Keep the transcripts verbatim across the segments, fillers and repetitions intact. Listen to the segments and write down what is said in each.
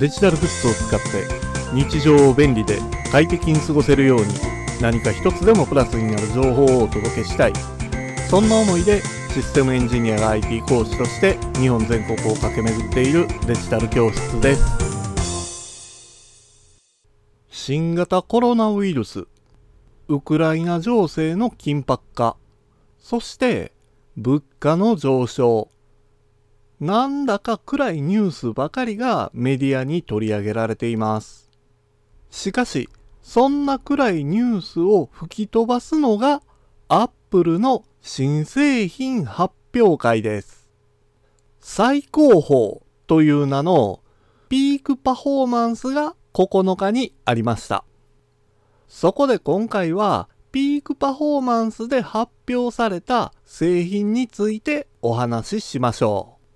デジタルグッズを使って日常を便利で快適に過ごせるように何か一つでもプラスになる情報をお届けしたい、そんな思いでシステムエンジニアが アイティー 講師として日本全国を駆け巡っているデジタル教室です。新型コロナウイルス、ウクライナ情勢の緊迫化、そして物価の上昇、なんだか暗いニュースばかりがメディアに取り上げられています。しかし、そんな暗いニュースを吹き飛ばすのがアップルの新製品発表会です。最高峰という名のピークパフォーマンスがここのかにありました。そこで今回はピークパフォーマンスで発表された製品についてお話ししましょう。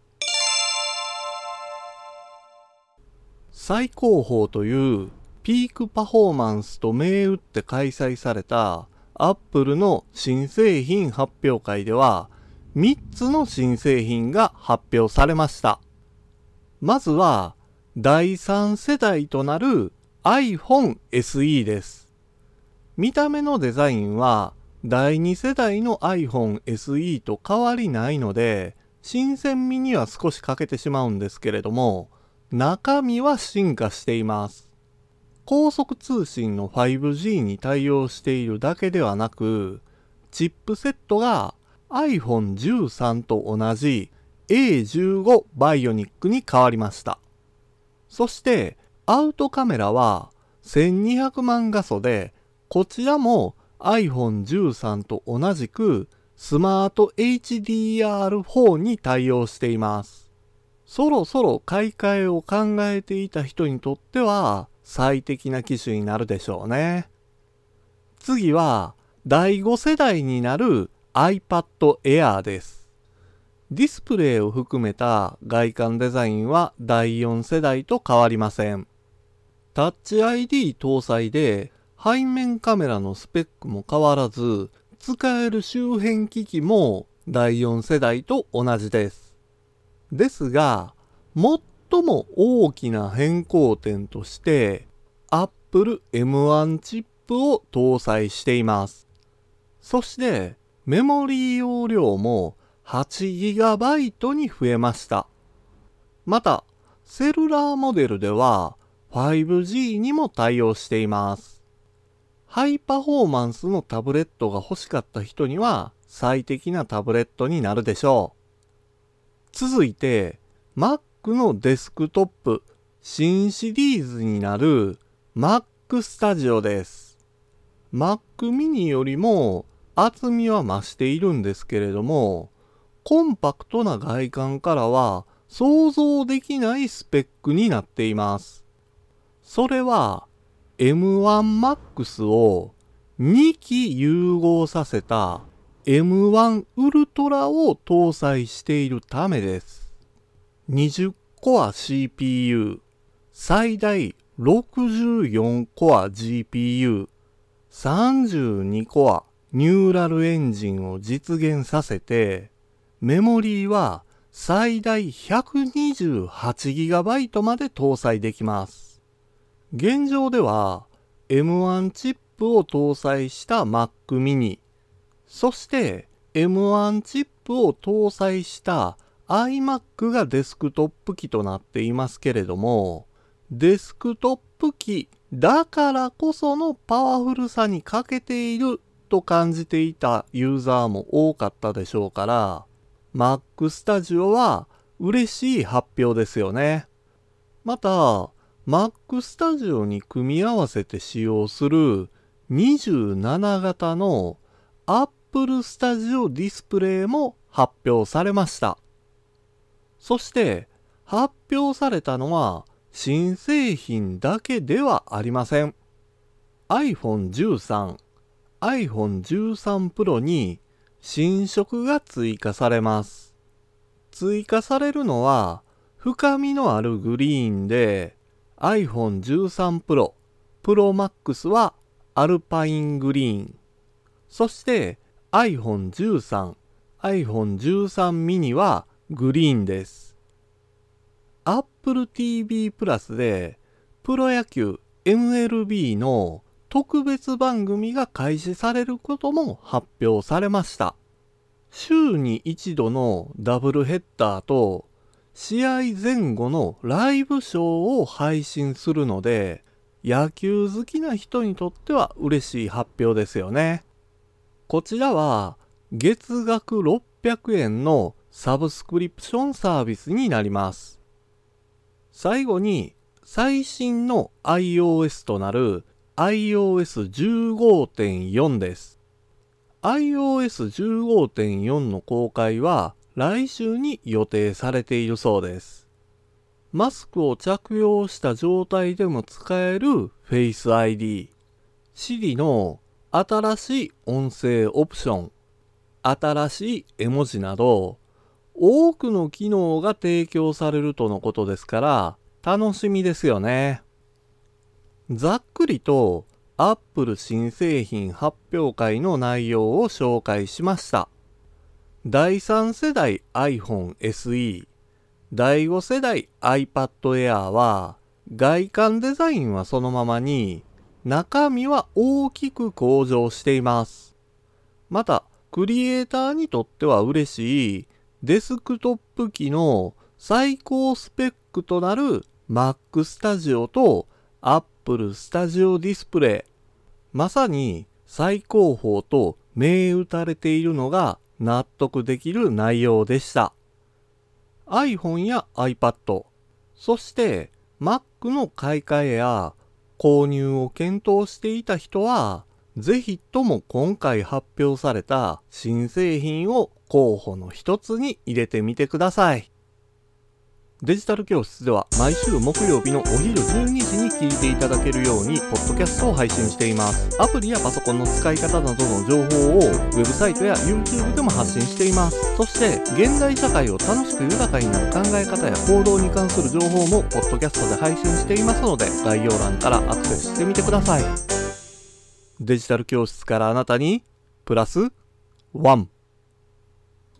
最高峰というピークパフォーマンスと銘打って開催されたアップルの新製品発表会ではみっつの新製品が発表されました。まずはだいさん世代となる iPhone エスイー です。見た目のデザインはだいに世代の iPhone エスイー と変わりないので新鮮味には少し欠けてしまうんですけれども、中身は進化しています。高速通信の ファイブジー に対応しているだけではなく、チップセットが アイフォンじゅうさん と同じ エーじゅうご バイオニックに変わりました。そしてアウトカメラはせんにひゃくまん画素で、こちらも アイフォンじゅうさん と同じくスマート エイチディーアールフォー に対応しています。そろそろ買い替えを考えていた人にとっては最適な機種になるでしょうね。次はだいご世代になる iPad Air です。ディスプレイを含めた外観デザインはだいよん世代と変わりません。タッチ アイディー 搭載で背面カメラのスペックも変わらず、使える周辺機器もだいよん世代と同じです。ですが、最も大きな変更点として Apple エムワン チップを搭載しています。そしてメモリー容量も はちギガバイト に増えました。またセルラーモデルでは ファイブジー にも対応しています。ハイパフォーマンスのタブレットが欲しかった人には最適なタブレットになるでしょう。続いて Mac のデスクトップ新シリーズになる Mac Studio です。 Mac mini よりも厚みは増しているんですけれども、コンパクトな外観からは想像できないスペックになっています。それは エムワンマックス をにき融合させた エムワン ウルトラを搭載しているためです。にじゅっコア シーピーユー、最大ろくじゅうよんコア ジーピーユー、さんじゅうにコアニューラルエンジンを実現させて、メモリーは最大 ひゃくにじゅうはちギガバイト まで搭載できます。現状では エムワン チップを搭載した Mac mini、そして エムワン チップを搭載した iMac がデスクトップ機となっていますけれども、デスクトップ機だからこそのパワフルさに欠けていると感じていたユーザーも多かったでしょうから、Mac Studio は嬉しい発表ですよね。また、Mac Studio に組み合わせて使用するにじゅうなな型の Apple Studio ディスプレイも発表されました。そして発表されたのは新製品だけではありません。アイフォンじゅうさん、アイフォンじゅうさん Pro に新色が追加されます。追加されるのは深みのあるグリーンで、アイフォンじゅうさん Pro、Pro Max はアルパイングリーン、そして アイフォンじゅうさん、アイフォンじゅうさん mini はグリーンです。 Apple ティーブイ プラスでプロ野球 エムエルビー の特別番組が開始されることも発表されました。週に一度のダブルヘッダーと試合前後のライブショーを配信するので、野球好きな人にとっては嬉しい発表ですよね。こちらは月額ろっぴゃくえんのサブスクリプションサービスになります。最後に最新の iOS となる アイオーエスじゅうごてんよん です。アイオーエスじゅうごてんよん の公開は来週に予定されているそうです。マスクを着用した状態でも使える Face アイディー、Siri の新しい音声オプション、新しい絵文字など、多くの機能が提供されるとのことですから、楽しみですよね。ざっくりと Apple 新製品発表会の内容を紹介しました。だいさん世代 iPhone エスイー、だいご世代 iPad Air は外観デザインはそのままに中身は大きく向上しています。またクリエイターにとっては嬉しいデスクトップ機の最高スペックとなる Mac Studio と Apple Studio Display、まさに最高峰と銘打たれているのが納得できる内容でした。iPhone や iPad、そして Mac の買い替えや購入を検討していた人は、ぜひとも今回発表された新製品を候補の一つに入れてみてください。デジタル教室では毎週木曜日のお昼じゅうにじに聞いていただけるようにポッドキャストを配信しています。アプリやパソコンの使い方などの情報をウェブサイトや YouTube でも発信しています。そして現代社会を楽しく豊かになる考え方や行動に関する情報もポッドキャストで配信していますので、概要欄からアクセスしてみてください。デジタル教室からあなたにプラスワン。